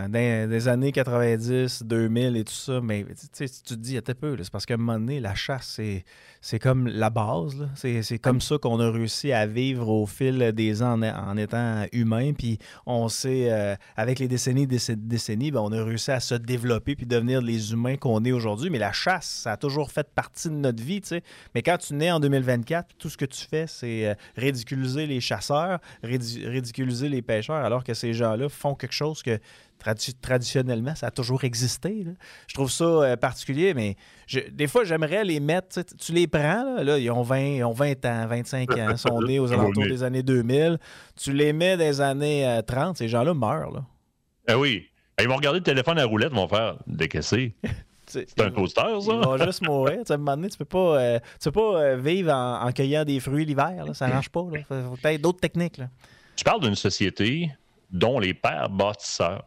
A: des années 90, 2000 et tout ça, mais tu te dis, il y a peu, là, c'est parce qu'à un moment donné, la chasse, c'est comme la base. Là. C'est comme ça qu'on a réussi à vivre au fil des ans en étant humain, puis on s'est, avec les décennies, ben, on a réussi à se développer puis devenir les humains qu'on est aujourd'hui, mais la chasse, ça a toujours fait partie de notre vie, tu sais. Mais quand tu nais en 2024, tout ce que tu fais, c'est ridiculiser les chasseurs, ridiculiser les pêcheurs, alors que ces gens-là font quelque chose que traditionnellement, ça a toujours existé. Là. Je trouve ça particulier, mais des fois, j'aimerais les mettre. Tu les prends, là, ils ont 20 ans, 25 ans, sont nés aux alentours des années 2000. Tu les mets dans les années 30, ces gens-là meurent. Là.
B: Ah oui. Ils vont regarder le téléphone à roulette, ils vont faire décaisser. C'est un toaster, ça?
A: Ils vont juste mourir. À un moment donné, tu peux pas vivre en cueillant des fruits l'hiver. Là. Ça ne marche pas. Il faut peut-être d'autres techniques. Là.
B: Tu parles d'une société dont les pères bâtisseurs,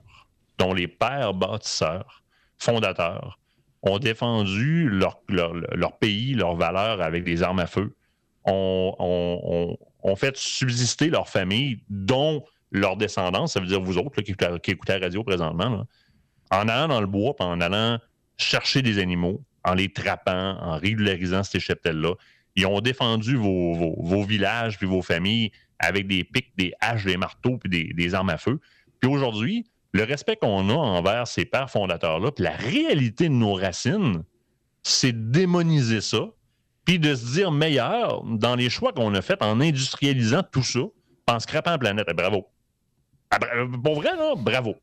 B: fondateurs, ont défendu leur pays, leurs valeurs avec des armes à feu, ont fait subsister leur famille, dont leur descendance, ça veut dire vous autres là, qui écoutez la radio présentement, là, en allant dans le bois, puis en allant chercher des animaux, en les trappant, en régularisant ces cheptels-là. Ils ont défendu vos villages puis vos familles avec des pics, des haches, des marteaux puis des armes à feu. Puis aujourd'hui, le respect qu'on a envers ces pères fondateurs-là, puis la réalité de nos racines, c'est démoniser ça, puis de se dire meilleur dans les choix qu'on a faits en industrialisant tout ça, en scrapant la planète. Bravo. Pour vrai, là, bravo.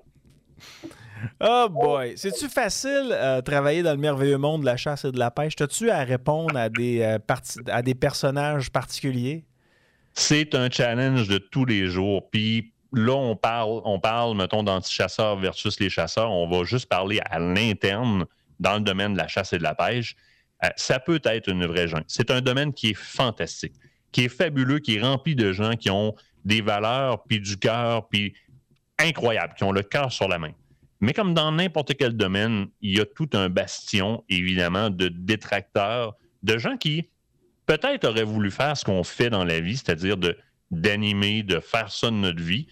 A: Oh boy! C'est-tu facile travailler dans le merveilleux monde de la chasse et de la pêche? T'as-tu à répondre à des personnages particuliers?
B: C'est un challenge de tous les jours. Puis là, on parle, mettons, d'anti-chasseurs versus les chasseurs. On va juste parler à l'interne dans le domaine de la chasse et de la pêche. Ça peut être une vraie jungle. C'est un domaine qui est fantastique, qui est fabuleux, qui est rempli de gens qui ont des valeurs, puis du cœur, puis incroyables, qui ont le cœur sur la main. Mais comme dans n'importe quel domaine, il y a tout un bastion, évidemment, de détracteurs, de gens qui peut-être auraient voulu faire ce qu'on fait dans la vie, c'est-à-dire d'animer, de faire ça de notre vie.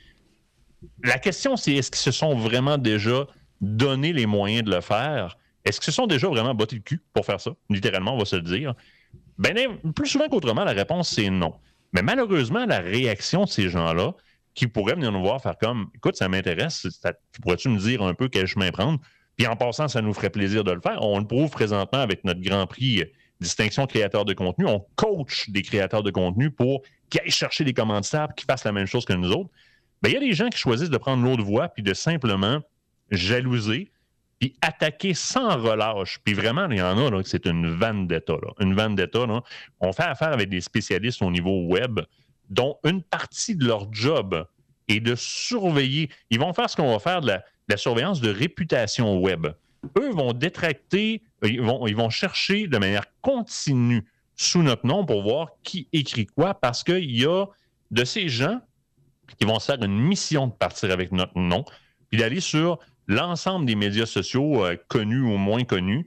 B: La question, c'est est-ce qu'ils se sont vraiment déjà donné les moyens de le faire? Est-ce qu'ils se sont déjà vraiment bottés le cul pour faire ça? Littéralement, on va se le dire. Ben, plus souvent qu'autrement, la réponse, c'est non. Mais malheureusement, la réaction de ces gens-là, qui pourraient venir nous voir faire comme « Écoute, ça m'intéresse, pourrais-tu me dire un peu quel chemin prendre? » Puis en passant, ça nous ferait plaisir de le faire. On le prouve présentement avec notre Grand Prix Distinction créateur de contenu. On coach des créateurs de contenu pour qu'ils aillent chercher des commanditaires et qu'ils fassent la même chose que nous autres. Bien, il y a des gens qui choisissent de prendre l'autre voie puis de simplement jalouser puis attaquer sans relâche. Puis vraiment, il y en a là, que c'est une vendetta. Une vendetta, là. On fait affaire avec des spécialistes au niveau web dont une partie de leur job est de surveiller. Ils vont faire ce qu'on va faire de la surveillance de réputation web. Eux vont détracter, ils vont chercher de manière continue sous notre nom pour voir qui écrit quoi, parce qu'il y a de ces gens qui vont se faire une mission de partir avec notre nom, puis d'aller sur l'ensemble des médias sociaux connus ou moins connus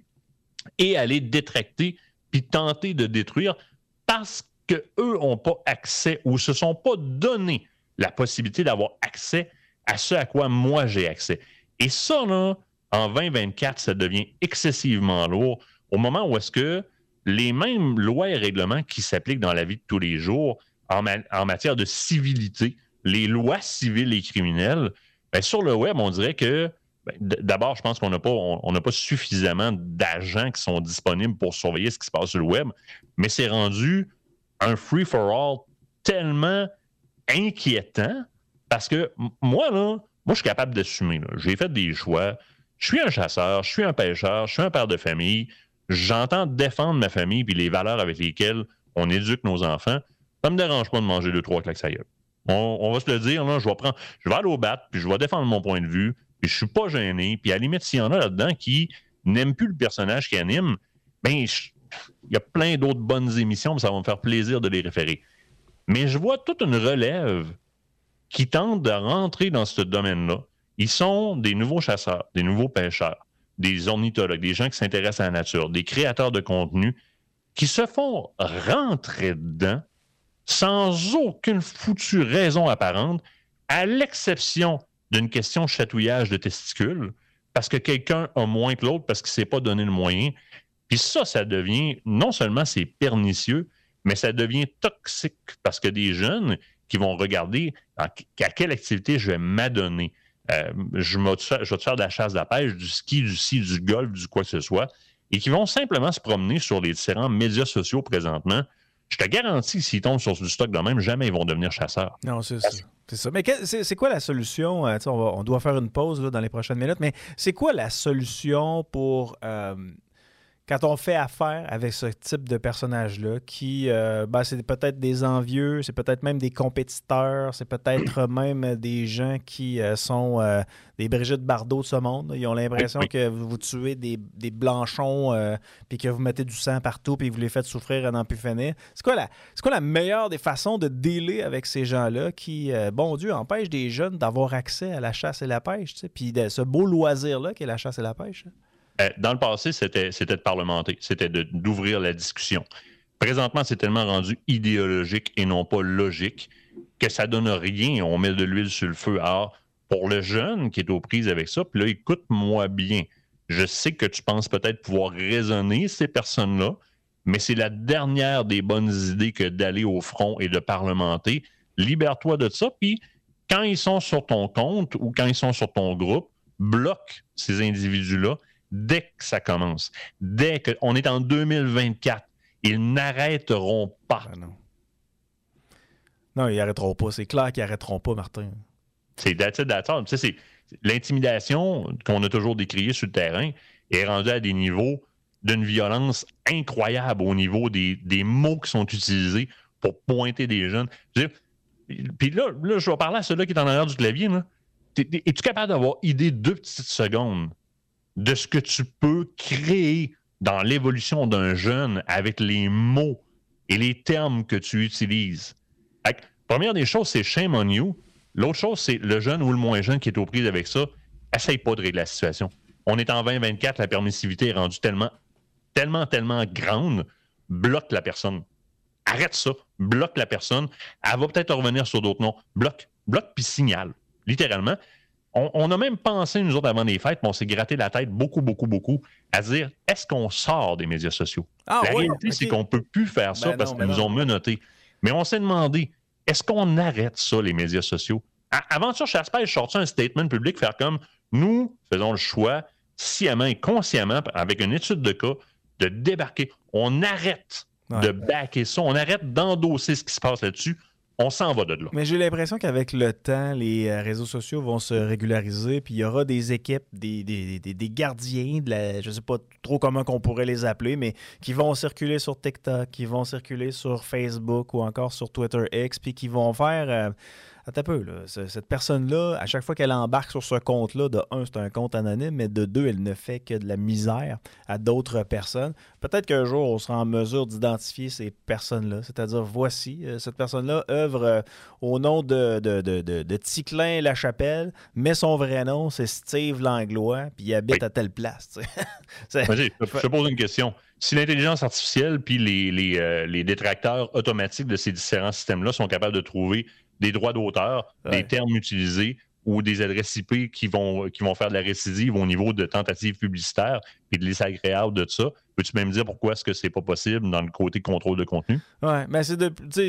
B: et aller détracter puis tenter de détruire parce qu'eux n'ont pas accès ou se sont pas donné la possibilité d'avoir accès à ce à quoi moi j'ai accès. Et ça, là, en 2024, ça devient excessivement lourd au moment où est-ce que les mêmes lois et règlements qui s'appliquent dans la vie de tous les jours en matière de civilité, les lois civiles et criminelles, bien, sur le web, on dirait que d'abord, je pense qu'on n'a pas suffisamment d'agents qui sont disponibles pour surveiller ce qui se passe sur le web, mais c'est rendu un free-for-all tellement inquiétant parce que moi, je suis capable d'assumer. J'ai fait des choix. Je suis un chasseur, je suis un pêcheur, je suis un père de famille. J'entends défendre ma famille et les valeurs avec lesquelles on éduque nos enfants. Ça ne me dérange pas de manger 2-3 claques à gueule. On va se le dire, là, je vais aller au bat, puis je vais défendre mon point de vue, puis je suis pas gêné. Puis à la limite, s'il y en a là-dedans qui n'aiment plus le personnage qui anime, ben il y a plein d'autres bonnes émissions, mais ça va me faire plaisir de les référer. Mais je vois toute une relève qui tente de rentrer dans ce domaine-là. Ils sont des nouveaux chasseurs, des nouveaux pêcheurs, des ornithologues, des gens qui s'intéressent à la nature, des créateurs de contenu qui se font rentrer dedans sans aucune foutue raison apparente, à l'exception d'une question de chatouillage de testicules, parce que quelqu'un a moins que l'autre, parce qu'il ne s'est pas donné le moyen. Puis ça devient, non seulement c'est pernicieux, mais ça devient toxique, parce que des jeunes qui vont regarder à quelle activité je vais m'adonner. Je vais te faire de la chasse, de la pêche, du ski, du sci, du golf, du quoi que ce soit, et qui vont simplement se promener sur les différents médias sociaux présentement. Je te garantis que s'ils tombent sur du stock de même, jamais ils vont devenir chasseurs.
A: Non, c'est ça. C'est ça. Mais c'est quoi la solution? On doit faire une pause là, dans les prochaines minutes, mais c'est quoi la solution pour quand on fait affaire avec ce type de personnage-là qui, c'est peut-être des envieux, c'est peut-être même des compétiteurs, c'est peut-être même des gens qui sont des Brigitte Bardot de ce monde. Ils ont l'impression que vous tuez des blanchons puis que vous mettez du sang partout puis vous les faites souffrir à n'en plus finir. C'est quoi la meilleure des façons de dealer avec ces gens-là qui, bon Dieu, empêchent des jeunes d'avoir accès à la chasse et la pêche, puis de ce beau loisir-là qu'est la chasse et la pêche?
B: Dans le passé, c'était de parlementer, c'était d'ouvrir la discussion. Présentement, c'est tellement rendu idéologique et non pas logique que ça donne rien. On met de l'huile sur le feu. Alors, pour le jeune qui est aux prises avec ça, puis là, écoute-moi bien. Je sais que tu penses peut-être pouvoir raisonner ces personnes-là, mais c'est la dernière des bonnes idées que d'aller au front et de parlementer. Libère-toi de ça, puis quand ils sont sur ton compte ou quand ils sont sur ton groupe, bloque ces individus-là, dès que ça commence, dès qu'on est en 2024, ils n'arrêteront pas.
A: Ben non. Non, ils n'arrêteront pas. C'est clair qu'ils n'arrêteront pas, Martin.
B: C'est d'attendre. Tu sais, l'intimidation qu'on a toujours décriée sur le terrain est rendue à des niveaux d'une violence incroyable au niveau des mots qui sont utilisés pour pointer des jeunes. Puis là, je vais parler à celui-là qui est en arrière du clavier. Es-tu capable d'avoir idée 2 petites secondes de ce que tu peux créer dans l'évolution d'un jeune avec les mots et les termes que tu utilises? Première des choses, c'est shame on you. L'autre chose, c'est le jeune ou le moins jeune qui est aux prises avec ça. Essaye pas de régler la situation. On est en 2024, la permissivité est rendue tellement grande, bloque la personne. Arrête ça, bloque la personne. Elle va peut-être revenir sur d'autres noms. Bloque puis signale. Littéralement. On a même pensé, nous autres, avant les fêtes, mais on s'est gratté la tête beaucoup, à dire, est-ce qu'on sort des médias sociaux? La réalité, c'est qu'on ne peut plus faire ça parce qu'ils nous ont menottés. Mais on s'est demandé, est-ce qu'on arrête ça, les médias sociaux? Aventure Chasse-Pêche sorti un statement public, faire comme, nous faisons le choix, sciemment et consciemment, avec une étude de cas, de débarquer. On arrête de backer ça. On arrête d'endosser ce qui se passe là-dessus. On s'en va de là.
A: Mais j'ai l'impression qu'avec le temps, les réseaux sociaux vont se régulariser, puis il y aura des équipes, des gardiens, je ne sais pas trop comment on pourrait les appeler, mais qui vont circuler sur TikTok, qui vont circuler sur Facebook ou encore sur Twitter X, puis qui vont faire... Attends un peu, là. Cette personne-là, à chaque fois qu'elle embarque sur ce compte-là, de un, c'est un compte anonyme, mais de deux, elle ne fait que de la misère à d'autres personnes. Peut-être qu'un jour, on sera en mesure d'identifier ces personnes-là. C'est-à-dire, voici, cette personne-là œuvre au nom de Ticlin-la-Chapelle, mais son vrai nom, c'est Steve Langlois, puis il habite à telle place.
B: Je te pose une question. Si l'intelligence artificielle puis les détracteurs automatiques de ces différents systèmes-là sont capables de trouver des droits d'auteur, des termes utilisés ou des adresses IP qui vont faire de la récidive au niveau de tentatives publicitaires et de désagréable de ça, peux-tu même dire pourquoi est-ce que c'est pas possible dans le côté contrôle de contenu?
A: Oui, mais c'est de... Tu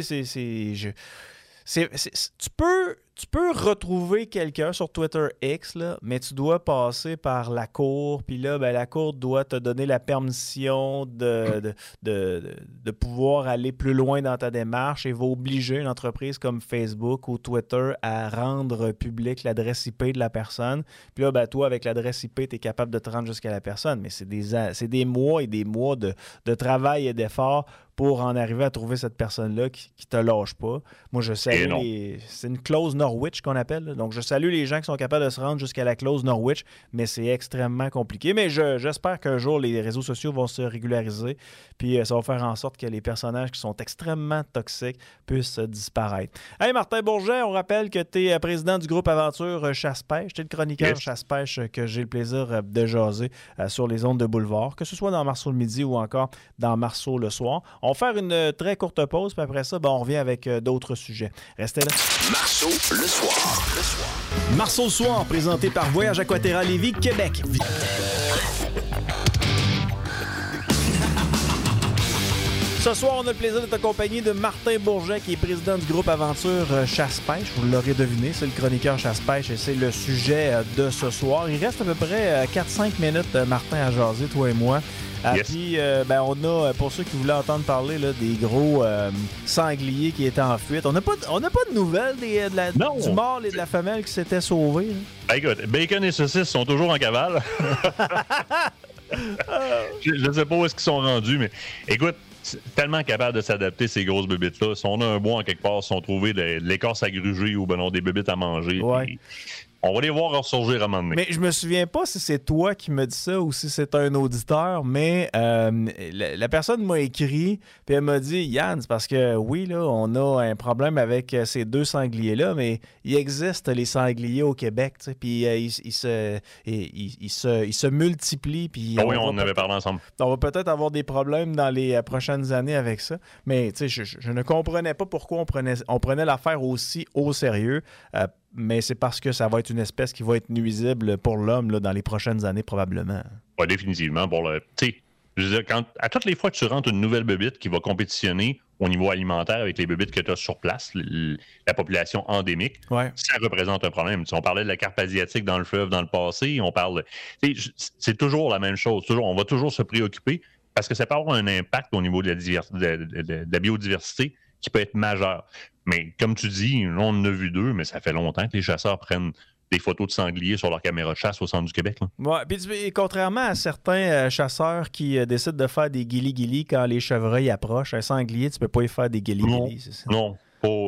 A: sais, tu peux retrouver quelqu'un sur Twitter X, là, mais tu dois passer par la cour, puis là, la cour doit te donner la permission de pouvoir aller plus loin dans ta démarche et va obliger une entreprise comme Facebook ou Twitter à rendre public l'adresse IP de la personne. Puis là, toi, avec l'adresse IP, tu es capable de te rendre jusqu'à la personne, mais c'est des mois et des mois de travail et d'effort pour en arriver à trouver cette personne-là qui te lâche pas. Moi, je salue c'est une clause Norwich qu'on appelle. Là. Donc, je salue les gens qui sont capables de se rendre jusqu'à la clause Norwich, mais c'est extrêmement compliqué. Mais j'espère qu'un jour, les réseaux sociaux vont se régulariser, puis ça va faire en sorte que les personnages qui sont extrêmement toxiques puissent disparaître. Hey, Martin Bourget, on rappelle que tu es président du groupe Aventure Chasse-Pêche. Tu es le chroniqueur Chasse-Pêche que j'ai le plaisir de jaser sur les ondes de Boulevard, que ce soit dans Marceau le midi ou encore dans Marceau le soir. On va faire une très courte pause, puis après ça, on revient avec d'autres sujets. Restez là.
C: Marceau le soir.
A: Marceau le soir, présenté par Voyage Aquaterra Lévis, Québec. Ce soir, on a le plaisir d'être accompagné de Martin Bourget, qui est président du groupe Aventure Chasse-Pêche. Vous l'aurez deviné, c'est le chroniqueur Chasse-Pêche et c'est le sujet de ce soir. Il reste à peu près 4-5 minutes, Martin, à jaser, toi et moi. Puis, on a, pour ceux qui voulaient entendre parler là, des gros sangliers qui étaient en fuite, on n'a pas de nouvelles du mâle et de la femelle qui s'étaient sauvés.
B: Écoute, Bacon et Saucisse sont toujours en cavale. Je ne sais pas où est-ce qu'ils sont rendus, mais écoute, tellement capable de s'adapter, ces grosses bébites-là. Si on a un bois en quelque part, si on trouvait de l'écorce à gruger ou des bébites à manger.
A: Ouais.
B: On va les voir ressurgir à un moment donné.
A: Mais je me souviens pas si c'est toi qui me dis ça ou si c'est un auditeur, mais la personne m'a écrit puis elle m'a dit, Yann, c'est parce que oui, là, on a un problème avec ces deux sangliers-là, mais il existe les sangliers au Québec, puis ils se multiplient. Puis
B: oui, on avait parlé ensemble.
A: On va peut-être avoir des problèmes dans les prochaines années avec ça, mais je ne comprenais pas pourquoi on prenait l'affaire aussi au sérieux. Mais c'est parce que ça va être une espèce qui va être nuisible pour l'homme là, dans les prochaines années, probablement.
B: Oui, définitivement. Je veux dire, à toutes les fois que tu rentres une nouvelle bébite qui va compétitionner au niveau alimentaire avec les bébites que tu as sur place, la population endémique, ça représente un problème. On parlait de la carpe asiatique dans le fleuve dans le passé, on parle... C'est toujours la même chose. On va toujours se préoccuper parce que ça peut avoir un impact au niveau de la biodiversité qui peut être majeur. Mais comme tu dis, on en a vu 2, mais ça fait longtemps que les chasseurs prennent des photos de sangliers sur leur caméra de chasse au centre du Québec.
A: Oui, puis contrairement à certains chasseurs qui décident de faire des guilis-guilis quand les chevreuils approchent, un sanglier, tu peux pas y faire des guilis-guilis, c'est ça?
B: Non,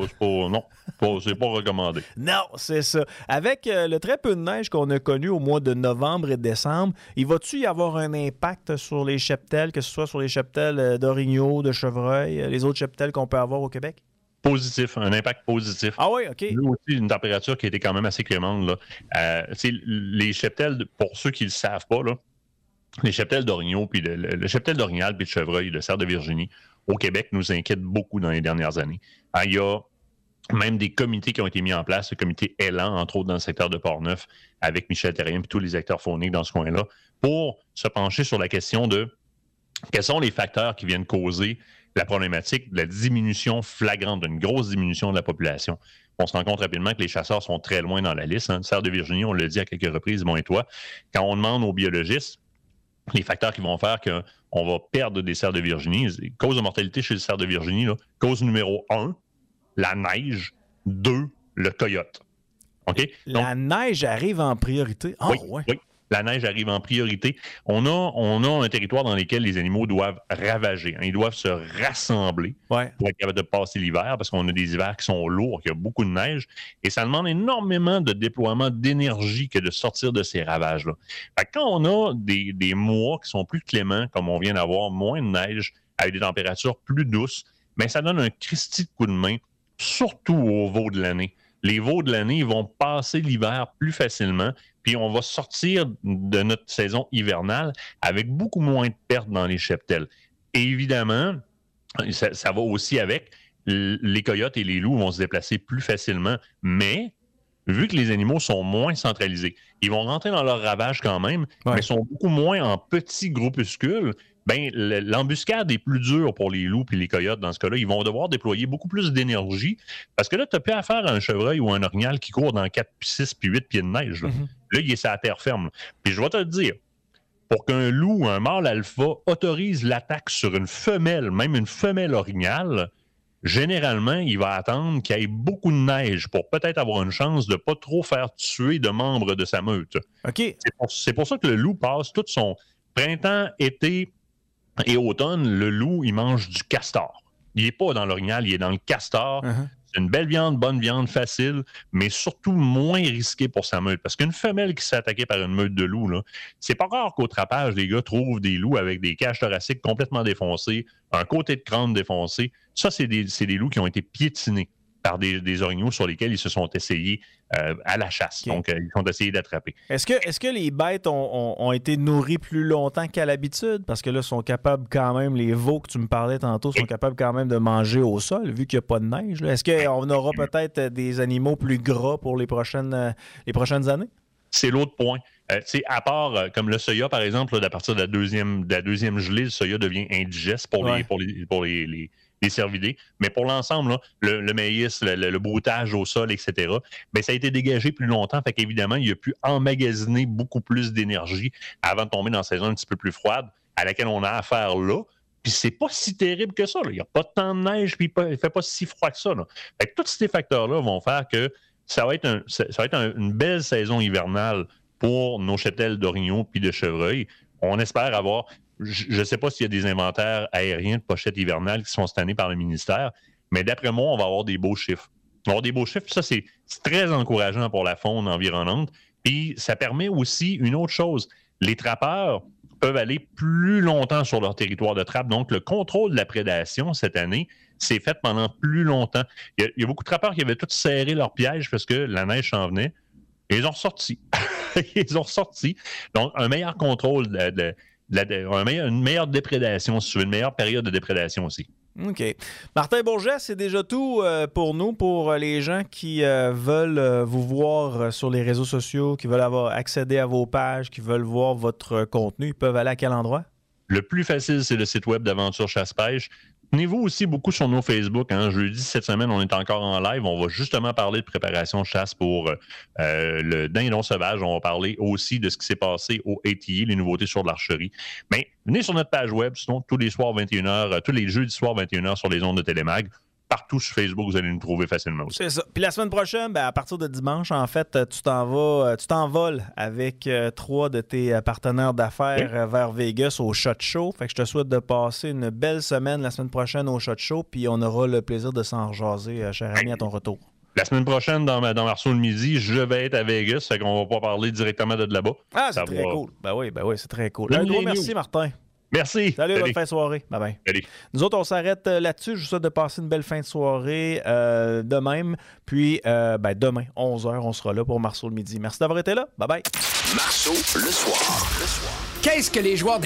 B: c'est pas recommandé.
A: Non, c'est ça. Avec le très peu de neige qu'on a connu au mois de novembre et décembre, il va-tu y avoir un impact sur les cheptels, que ce soit sur les cheptels d'orignaux, de chevreuils, les autres cheptels qu'on peut avoir au Québec?
B: Positif, un impact positif.
A: Ah oui, OK.
B: Nous aussi, une température qui était quand même assez clémente. Là. Les cheptels, pour ceux qui ne le savent pas, là, les cheptels d'orignaux, puis le cheptel d'orignal, puis de chevreuil, de cerf de Virginie, au Québec, nous inquiète beaucoup dans les dernières années. Il y a même des comités qui ont été mis en place, le comité Élan, entre autres dans le secteur de Portneuf, avec Michel Terrien et tous les acteurs fauniques dans ce coin-là, pour se pencher sur la question de quels sont les facteurs qui viennent causer la problématique de la diminution flagrante, d'une grosse diminution de la population. On se rend compte rapidement que les chasseurs sont très loin dans la liste. Le cerf de Virginie, on l'a dit à quelques reprises, bon et toi, quand on demande aux biologistes les facteurs qui vont faire qu'on va perdre des cerfs de Virginie, cause de mortalité chez le cerf de Virginie, là, cause numéro 1, la neige, 2, le coyote. OK?
A: La neige arrive en priorité? Ah,
B: oui. La neige arrive en priorité. On a un territoire dans lequel les animaux doivent ravager. Ils doivent se rassembler pour être capables de passer l'hiver parce qu'on a des hivers qui sont lourds, qu'il y a beaucoup de neige. Et ça demande énormément de déploiement d'énergie que de sortir de ces ravages-là. Quand on a des mois qui sont plus cléments, comme on vient d'avoir, moins de neige, avec des températures plus douces, bien, ça donne un Christi de coup de main, surtout aux veaux de l'année. Les veaux de l'année vont passer l'hiver plus facilement, puis on va sortir de notre saison hivernale avec beaucoup moins de pertes dans les cheptels. Et évidemment, ça va aussi avec les coyotes et les loups vont se déplacer plus facilement, mais vu que les animaux sont moins centralisés, ils vont rentrer dans leur ravage quand même, mais sont beaucoup moins en petits groupuscules. Bien, l'embuscade est plus dure pour les loups et les coyotes dans ce cas-là. Ils vont devoir déployer beaucoup plus d'énergie parce que là, tu n'as plus affaire à un chevreuil ou un orignal qui court dans 4, 6 puis 8 pieds de neige. Là, là il est sur la terre ferme. Puis je vais te le dire, pour qu'un loup ou un mâle alpha autorise l'attaque sur une femelle, même une femelle orignale, généralement, il va attendre qu'il y ait beaucoup de neige pour peut-être avoir une chance de ne pas trop faire tuer de membres de sa meute.
A: OK.
B: C'est pour ça que le loup passe tout son printemps, été et automne, le loup, il mange du castor. Il n'est pas dans l'orignal, il est dans le castor. C'est une belle viande, bonne viande, facile, mais surtout moins risquée pour sa meute. Parce qu'une femelle qui s'est attaquée par une meute de loups, là, c'est pas rare qu'au trapage, les gars trouvent des loups avec des cages thoraciques complètement défoncées, un côté de crâne défoncé. Ça, c'est des loups qui ont été piétinés par des orignaux sur lesquels ils se sont essayés à la chasse. Okay. Donc, ils sont essayés d'attraper.
A: Est-ce que les bêtes ont été nourries plus longtemps qu'à l'habitude? Parce que là, sont capables quand même, les veaux que tu me parlais tantôt, sont capables quand même de manger au sol, vu qu'il n'y a pas de neige. Là. Est-ce qu'on aura peut-être des animaux plus gras pour les prochaines années? C'est
B: l'autre point. À part, comme le soya, par exemple, là, à partir de la deuxième gelée, le soya devient indigeste pour les cervidés. Mais pour l'ensemble, là, le maïs, le broutage au sol, etc., bien, ça a été dégagé plus longtemps. Fait qu'évidemment, il a pu emmagasiner beaucoup plus d'énergie avant de tomber dans la saison un petit peu plus froide à laquelle on a affaire là. Puis c'est pas si terrible que ça. Là. Il n'y a pas tant de neige, puis il ne fait pas si froid que ça. Là. Fait que tous ces facteurs-là vont faire que ça va être une belle saison hivernale pour nos cheptels d'orignaux puis de chevreuils. On espère avoir... Je ne sais pas s'il y a des inventaires aériens de pochettes hivernales qui sont cette année par le ministère, mais d'après moi, on va avoir des beaux chiffres. On va avoir des beaux chiffres, ça, c'est très encourageant pour la faune environnante. Puis, ça permet aussi une autre chose. Les trappeurs peuvent aller plus longtemps sur leur territoire de trappe. Donc, le contrôle de la prédation cette année s'est fait pendant plus longtemps. Il y a beaucoup de trappeurs qui avaient tous serré leur piège parce que la neige s'en venait. Et ils ont ressorti. Donc, un meilleur contrôle une meilleure déprédation, si tu veux, une meilleure période de déprédation aussi.
A: OK. Martin Bourget, c'est déjà tout pour nous, pour les gens qui veulent vous voir sur les réseaux sociaux, qui veulent avoir accédé à vos pages, qui veulent voir votre contenu. Ils peuvent aller à quel endroit?
B: Le plus facile, c'est le site web d'Aventure Chasse-Pêche. Tenez-vous aussi beaucoup sur nos Facebook. Hein. Jeudi, cette semaine, on est encore en live. On va justement parler de préparation de chasse pour le dindon sauvage. On va parler aussi de ce qui s'est passé au ATI, les nouveautés sur de l'archerie. Mais venez sur notre page web, sinon tous les soirs 21h, tous les jeudis soirs 21h sur les ondes de Télémag. Partout sur Facebook, vous allez nous trouver facilement aussi.
A: C'est ça. Puis la semaine prochaine, à partir de dimanche, en fait, tu t'envoles avec 3 de tes partenaires d'affaires vers Vegas au SHOT Show. Fait que je te souhaite de passer une belle semaine la semaine prochaine au SHOT Show, puis on aura le plaisir de s'en rejaser, cher ami, à ton retour.
B: La semaine prochaine, dans Marceau le midi, je vais être à Vegas, fait qu'on va pas parler directement de là-bas.
A: Ah, c'est très cool. Ben oui, c'est très cool. Un gros merci, Martin.
B: Merci.
A: Salut, bonne fin de soirée. Bye-bye.
B: Salut.
A: Nous autres, on s'arrête là-dessus. Je vous souhaite de passer une belle fin de soirée de même. Puis, demain, 11h, on sera là pour Marceau le midi. Merci d'avoir été là. Bye-bye.
C: Marceau le soir.
D: Qu'est-ce que les joueurs